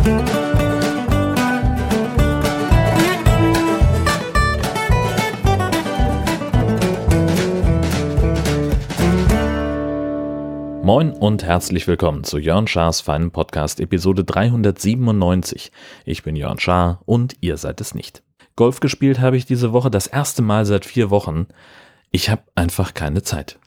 Moin und herzlich willkommen zu Jörn Schars feinem Podcast Episode 397. Ich bin Jörn Schaar und ihr seid es nicht. Golf gespielt habe ich diese Woche das erste Mal seit 4 Wochen. Ich habe einfach keine Zeit.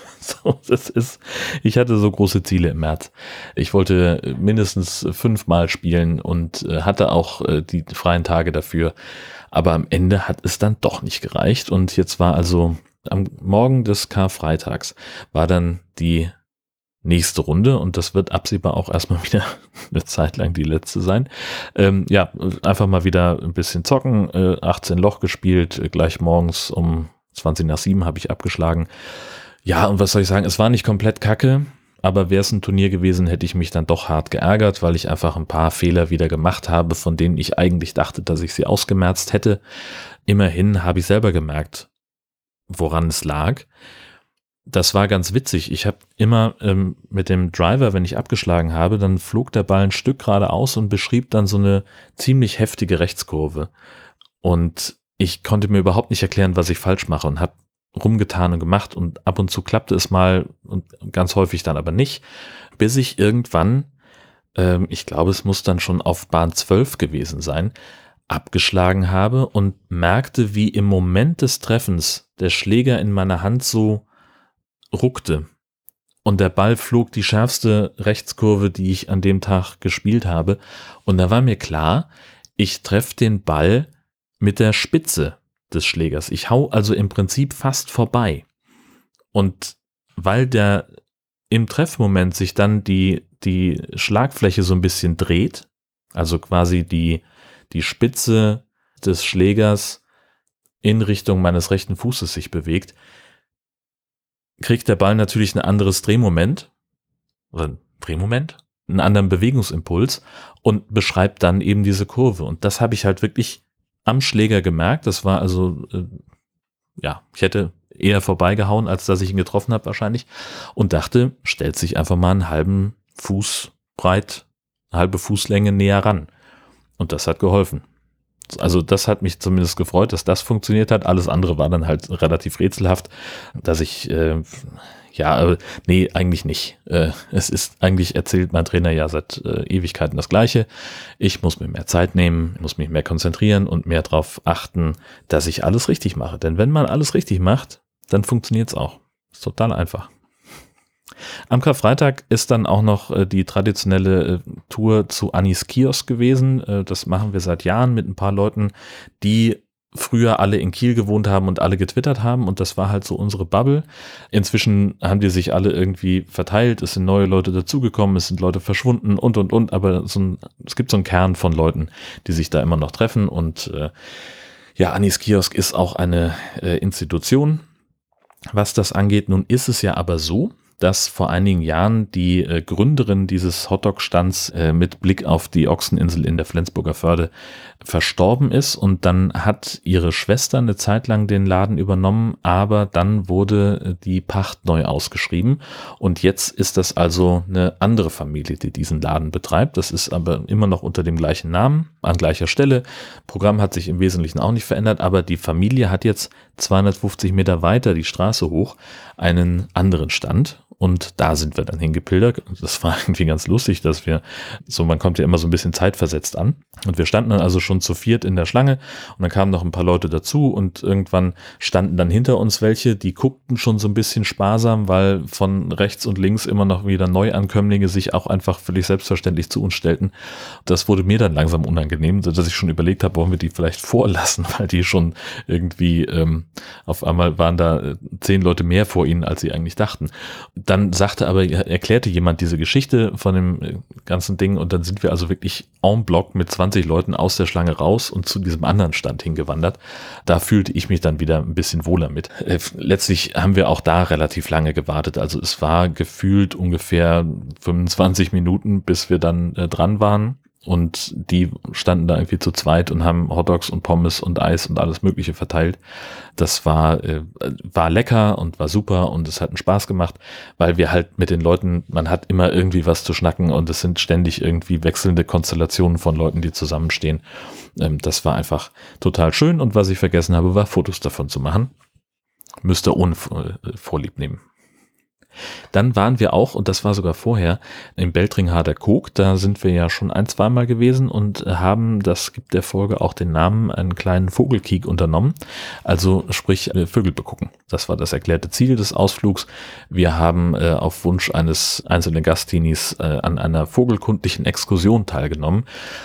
Ich hatte so große Ziele im März. Ich wollte mindestens 5 Mal spielen und hatte auch die freien Tage dafür. Aber am Ende hat es dann doch nicht gereicht. Und jetzt war also am Morgen des Karfreitags war dann die nächste Runde und das wird absehbar auch erstmal wieder eine Zeit lang die letzte sein. Einfach mal wieder ein bisschen zocken, 18 Loch gespielt, gleich morgens um 20 nach 7 habe ich abgeschlagen. Ja, und was soll ich sagen, es war nicht komplett kacke, aber wäre es ein Turnier gewesen, hätte ich mich dann doch hart geärgert, weil ich einfach ein paar Fehler wieder gemacht habe, von denen ich eigentlich dachte, dass ich sie ausgemerzt hätte. Immerhin habe ich selber gemerkt, woran es lag. Das war ganz witzig. Ich habe immer mit dem Driver, wenn ich abgeschlagen habe, dann flog der Ball ein Stück geradeaus und beschrieb dann so eine ziemlich heftige Rechtskurve. Und ich konnte mir überhaupt nicht erklären, was ich falsch mache und habe rumgetan und gemacht und ab und zu klappte es mal und ganz häufig dann aber nicht, bis ich irgendwann, ich glaube, es muss dann schon auf Bahn 12 gewesen sein, abgeschlagen habe und merkte, wie im Moment des Treffens der Schläger in meiner Hand so ruckte und der Ball flog die schärfste Rechtskurve, die ich an dem Tag gespielt habe, und da war mir klar, ich treffe den Ball mit der Spitze des Schlägers. Ich hau also im Prinzip fast vorbei, und weil der im Treffmoment sich dann die Schlagfläche so ein bisschen dreht, also quasi die Spitze des Schlägers in Richtung meines rechten Fußes sich bewegt, kriegt der Ball natürlich ein anderes Drehmoment, einen anderen Bewegungsimpuls und beschreibt dann eben diese Kurve. Und das habe ich halt wirklich am Schläger gemerkt. Das war also, ich hätte eher vorbeigehauen, als dass ich ihn getroffen habe wahrscheinlich, und dachte, stellt sich einfach mal einen halben Fuß breit, eine halbe Fußlänge näher ran. Und das hat geholfen. Also das hat mich zumindest gefreut, dass das funktioniert hat. Alles andere war dann halt relativ rätselhaft, dass ich, eigentlich nicht. Es ist eigentlich, erzählt mein Trainer ja seit Ewigkeiten das Gleiche. Ich muss mir mehr Zeit nehmen, muss mich mehr konzentrieren und mehr darauf achten, dass ich alles richtig mache. Denn wenn man alles richtig macht, dann funktioniert es auch. Ist total einfach. Am Karfreitag ist dann auch noch die traditionelle Tour zu Annis Kiosk gewesen. Das machen wir seit Jahren mit ein paar Leuten, die früher alle in Kiel gewohnt haben und alle getwittert haben, und das war halt so unsere Bubble. Inzwischen haben die sich alle irgendwie verteilt, es sind neue Leute dazugekommen, es sind Leute verschwunden und, aber es gibt so einen Kern von Leuten, die sich da immer noch treffen, und Annis Kiosk ist auch eine Institution, was das angeht. Nun ist es ja aber so, dass vor einigen Jahren die Gründerin dieses Hotdog-Stands mit Blick auf die Ochseninsel in der Flensburger Förde verstorben ist, und dann hat ihre Schwester eine Zeit lang den Laden übernommen, aber dann wurde die Pacht neu ausgeschrieben, und jetzt ist das also eine andere Familie, die diesen Laden betreibt. Das ist aber immer noch unter dem gleichen Namen, an gleicher Stelle. Programm hat sich im Wesentlichen auch nicht verändert, aber die Familie hat jetzt 250 Meter weiter die Straße hoch einen anderen Stand. Und da sind wir dann hingepilgert. Das war irgendwie ganz lustig, dass man kommt ja immer so ein bisschen zeitversetzt an. Und wir standen dann also schon zu viert in der Schlange, und dann kamen noch ein paar Leute dazu, und irgendwann standen dann hinter uns welche, die guckten schon so ein bisschen sparsam, weil von rechts und links immer noch wieder Neuankömmlinge sich auch einfach völlig selbstverständlich zu uns stellten. Das wurde mir dann langsam unangenehm, sodass ich schon überlegt habe, wollen wir die vielleicht vorlassen, weil die schon irgendwie auf einmal waren da 10 Leute mehr vor ihnen, als sie eigentlich dachten. Dann erklärte jemand diese Geschichte von dem ganzen Ding, und dann sind wir also wirklich en bloc mit 20 Leuten aus der Schlange raus und zu diesem anderen Stand hingewandert. Da fühlte ich mich dann wieder ein bisschen wohler mit. Letztlich haben wir auch da relativ lange gewartet. Also es war gefühlt ungefähr 25 Minuten, bis wir dann dran waren. und die standen da irgendwie zu zweit und haben Hotdogs und Pommes und Eis und alles Mögliche verteilt. Das war lecker und war super und es hat einen Spaß gemacht, weil wir halt mit den Leuten, man hat immer irgendwie was zu schnacken und es sind ständig irgendwie wechselnde Konstellationen von Leuten, die zusammenstehen. Das war einfach total schön und was ich vergessen habe, war Fotos davon zu machen. Müsste ohne Vorlieb nehmen. Dann waren wir auch, und das war sogar vorher, im Beltringharder Kog. Da sind wir ja schon 1-2 Mal gewesen und haben, das gibt der Folge auch den Namen, einen kleinen Vogelkiek unternommen. Also sprich Vögel begucken. Das war das erklärte Ziel des Ausflugs. Wir haben auf Wunsch eines einzelnen Gastteenies an einer vogelkundlichen Exkursion teilgenommen.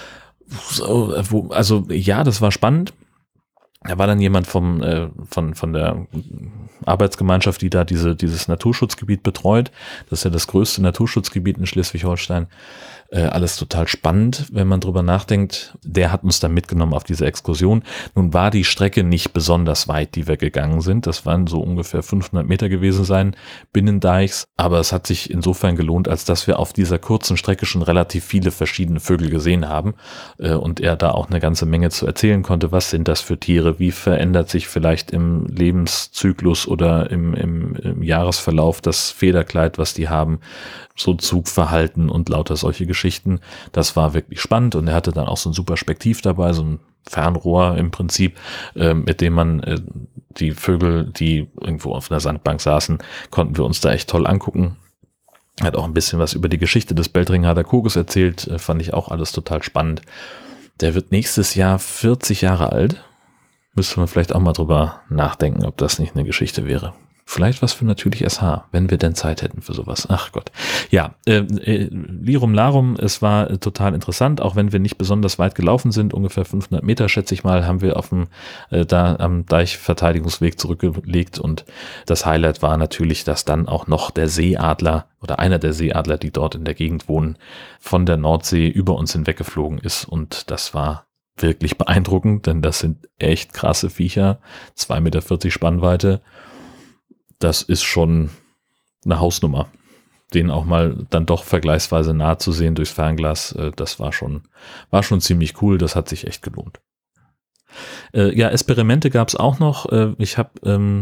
Also ja, das war spannend. Da war dann jemand von der Arbeitsgemeinschaft, die da dieses Naturschutzgebiet betreut. Das ist ja das größte Naturschutzgebiet in Schleswig-Holstein. Alles total spannend, wenn man drüber nachdenkt. Der hat uns dann mitgenommen auf diese Exkursion. Nun war die Strecke nicht besonders weit, die wir gegangen sind. Das waren so ungefähr 500 Meter gewesen sein, Binnendeichs. Aber es hat sich insofern gelohnt, als dass wir auf dieser kurzen Strecke schon relativ viele verschiedene Vögel gesehen haben. Und er da auch eine ganze Menge zu erzählen konnte. Was sind das für Tiere? Wie verändert sich vielleicht im Lebenszyklus oder im Jahresverlauf das Federkleid, was die haben? So Zugverhalten und lauter solche Geschichten. Das war wirklich spannend und er hatte dann auch so ein super Spektiv dabei, so ein Fernrohr im Prinzip, mit dem man die Vögel, die irgendwo auf einer Sandbank saßen, konnten wir uns da echt toll angucken. Er hat auch ein bisschen was über die Geschichte des Beltringharder Koges erzählt, fand ich auch alles total spannend. Der wird nächstes Jahr 40 Jahre alt. Müsste man vielleicht auch mal drüber nachdenken, ob das nicht eine Geschichte wäre. Vielleicht was für natürlich SH, wenn wir denn Zeit hätten für sowas. Ach Gott. Ja, Lirum Larum, es war total interessant, auch wenn wir nicht besonders weit gelaufen sind, ungefähr 500 Meter, schätze ich mal, haben wir da am Deichverteidigungsweg zurückgelegt und das Highlight war natürlich, dass dann auch noch der Seeadler oder einer der Seeadler, die dort in der Gegend wohnen, von der Nordsee über uns hinweggeflogen ist und das war wirklich beeindruckend, denn das sind echt krasse Viecher, 2,40 Meter Spannweite. Das ist schon eine Hausnummer. Den auch mal dann doch vergleichsweise nah zu sehen durchs Fernglas, das war schon ziemlich cool, das hat sich echt gelohnt. Ja, Experimente gab es auch noch. Ich habe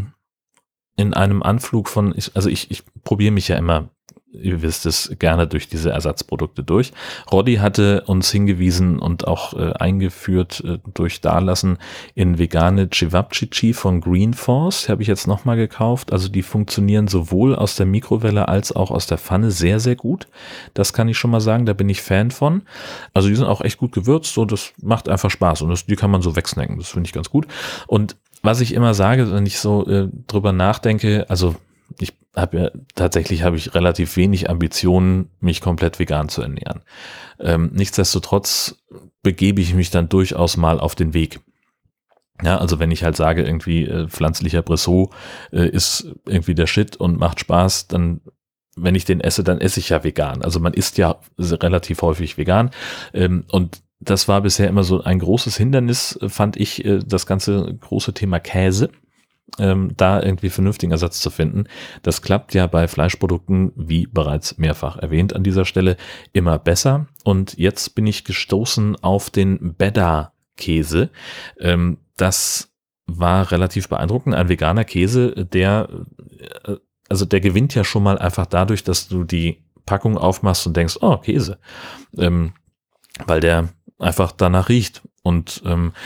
in einem Anflug ich probiere mich ja immer, ihr wisst es, gerne durch diese Ersatzprodukte durch. Roddy hatte uns hingewiesen und auch eingeführt durch Dalassen in vegane Cevapcici von Green Force. Habe ich jetzt nochmal gekauft. Also die funktionieren sowohl aus der Mikrowelle als auch aus der Pfanne sehr, sehr gut. Das kann ich schon mal sagen, da bin ich Fan von. Also die sind auch echt gut gewürzt und das macht einfach Spaß und die kann man so wegsnacken. Das finde ich ganz gut. Und was ich immer sage, wenn ich so drüber nachdenke, also tatsächlich habe ich relativ wenig Ambitionen, mich komplett vegan zu ernähren. Nichtsdestotrotz begebe ich mich dann durchaus mal auf den Weg. Ja, also wenn ich halt sage, irgendwie pflanzlicher Bressot ist irgendwie der Shit und macht Spaß, dann, wenn ich den esse, dann esse ich ja vegan. Also man isst ja relativ häufig vegan und das war bisher immer so ein großes Hindernis, fand ich, das ganze große Thema Käse. Da irgendwie vernünftigen Ersatz zu finden. Das klappt ja bei Fleischprodukten, wie bereits mehrfach erwähnt an dieser Stelle, immer besser. Und jetzt bin ich gestoßen auf den Beda-Käse. Das war relativ beeindruckend. Ein veganer Käse, der gewinnt ja schon mal einfach dadurch, dass du die Packung aufmachst und denkst, oh, Käse. Weil der einfach danach riecht. Und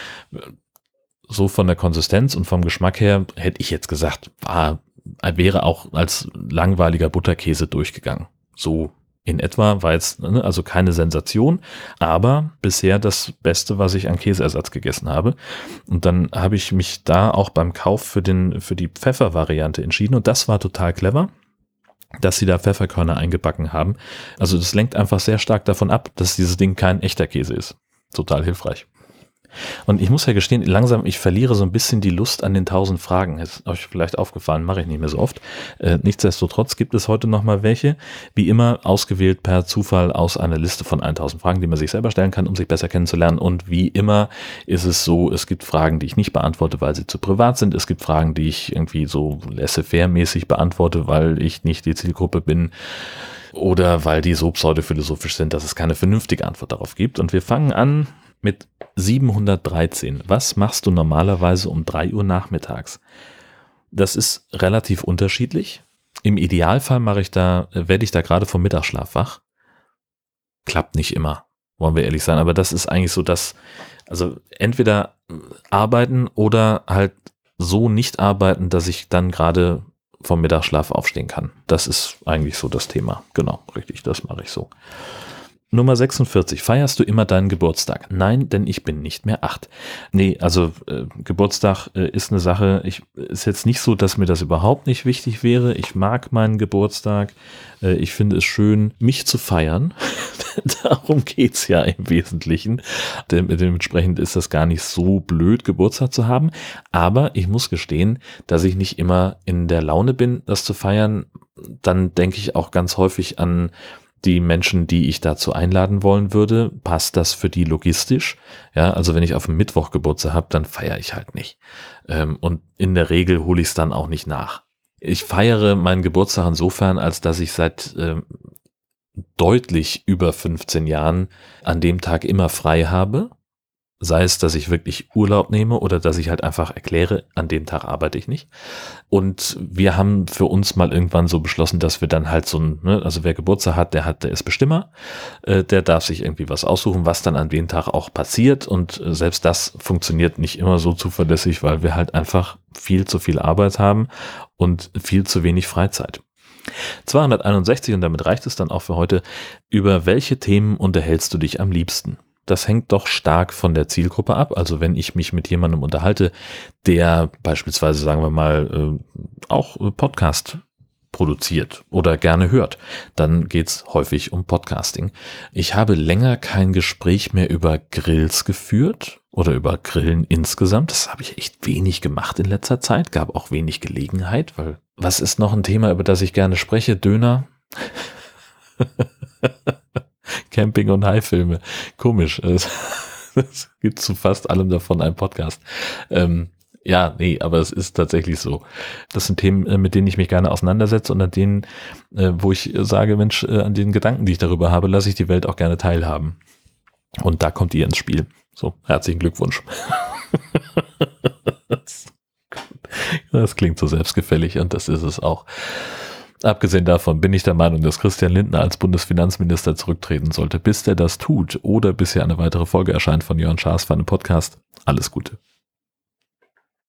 so von der Konsistenz und vom Geschmack her hätte ich jetzt gesagt, wäre auch als langweiliger Butterkäse durchgegangen. So in etwa war jetzt also keine Sensation, aber bisher das Beste, was ich an Käseersatz gegessen habe. Und dann habe ich mich da auch beim Kauf für die Pfeffervariante entschieden und das war total clever, dass sie da Pfefferkörner eingebacken haben. Also das lenkt einfach sehr stark davon ab, dass dieses Ding kein echter Käse ist. Total hilfreich. Und ich muss ja gestehen, langsam, ich verliere so ein bisschen die Lust an den 1000 Fragen. Ist euch vielleicht aufgefallen, mache ich nicht mehr so oft. Nichtsdestotrotz gibt es heute nochmal welche. Wie immer ausgewählt per Zufall aus einer Liste von 1000 Fragen, die man sich selber stellen kann, um sich besser kennenzulernen. Und wie immer ist es so, es gibt Fragen, die ich nicht beantworte, weil sie zu privat sind. Es gibt Fragen, die ich irgendwie so laissez-faire-mäßig beantworte, weil ich nicht die Zielgruppe bin. oder weil die so pseudophilosophisch sind, dass es keine vernünftige Antwort darauf gibt. Und wir fangen an mit 713. Was machst du normalerweise um 3 Uhr nachmittags? Das ist relativ unterschiedlich. Im Idealfall werde ich da gerade vom Mittagsschlaf wach. Klappt nicht immer, wollen wir ehrlich sein. Aber das ist eigentlich so also entweder arbeiten oder halt so nicht arbeiten, dass ich dann gerade vom Mittagsschlaf aufstehen kann. Das ist eigentlich so das Thema. Genau, richtig, das mache ich so. Nummer 46. Feierst du immer deinen Geburtstag? Nein, denn ich bin nicht mehr 8. Nee, also Geburtstag ist eine Sache, ist jetzt nicht so, dass mir das überhaupt nicht wichtig wäre. Ich mag meinen Geburtstag. Ich finde es schön, mich zu feiern. Darum geht's ja im Wesentlichen. Dementsprechend ist das gar nicht so blöd, Geburtstag zu haben. Aber ich muss gestehen, dass ich nicht immer in der Laune bin, das zu feiern. Dann denke ich auch ganz häufig an die Menschen, die ich dazu einladen wollen würde. Passt das für die logistisch? Ja, also wenn ich auf dem Mittwoch Geburtstag habe, dann feiere ich halt nicht. Und in der Regel hole ich es dann auch nicht nach. Ich feiere meinen Geburtstag insofern, als dass ich seit deutlich über 15 Jahren an dem Tag immer frei habe. Sei es, dass ich wirklich Urlaub nehme oder dass ich halt einfach erkläre, an dem Tag arbeite ich nicht. Und wir haben für uns mal irgendwann so beschlossen, dass wir dann halt also wer Geburtstag hat, der ist Bestimmer. Der darf sich irgendwie was aussuchen, was dann an dem Tag auch passiert. Und selbst das funktioniert nicht immer so zuverlässig, weil wir halt einfach viel zu viel Arbeit haben und viel zu wenig Freizeit. 261, und damit reicht es dann auch für heute. Über welche Themen unterhältst du dich am liebsten? Das hängt doch stark von der Zielgruppe ab. Also wenn ich mich mit jemandem unterhalte, der beispielsweise, sagen wir mal, auch Podcast produziert oder gerne hört, dann geht's häufig um Podcasting. Ich habe länger kein Gespräch mehr über Grills geführt oder über Grillen insgesamt. Das habe ich echt wenig gemacht in letzter Zeit, gab auch wenig Gelegenheit, weil was ist noch ein Thema, über das ich gerne spreche? Döner? Camping- und Haifilme. Komisch. Es gibt zu fast allem davon einen Podcast. Ja, nee, aber es ist tatsächlich so. Das sind Themen, mit denen ich mich gerne auseinandersetze und an denen, wo ich sage, Mensch, an den Gedanken, die ich darüber habe, lasse ich die Welt auch gerne teilhaben. Und da kommt ihr ins Spiel. So, herzlichen Glückwunsch. Das klingt so selbstgefällig und das ist es auch. Abgesehen davon bin ich der Meinung, dass Christian Lindner als Bundesfinanzminister zurücktreten sollte. Bis der das tut oder bis hier eine weitere Folge erscheint von Jörn Schaas für einen Podcast. Alles Gute.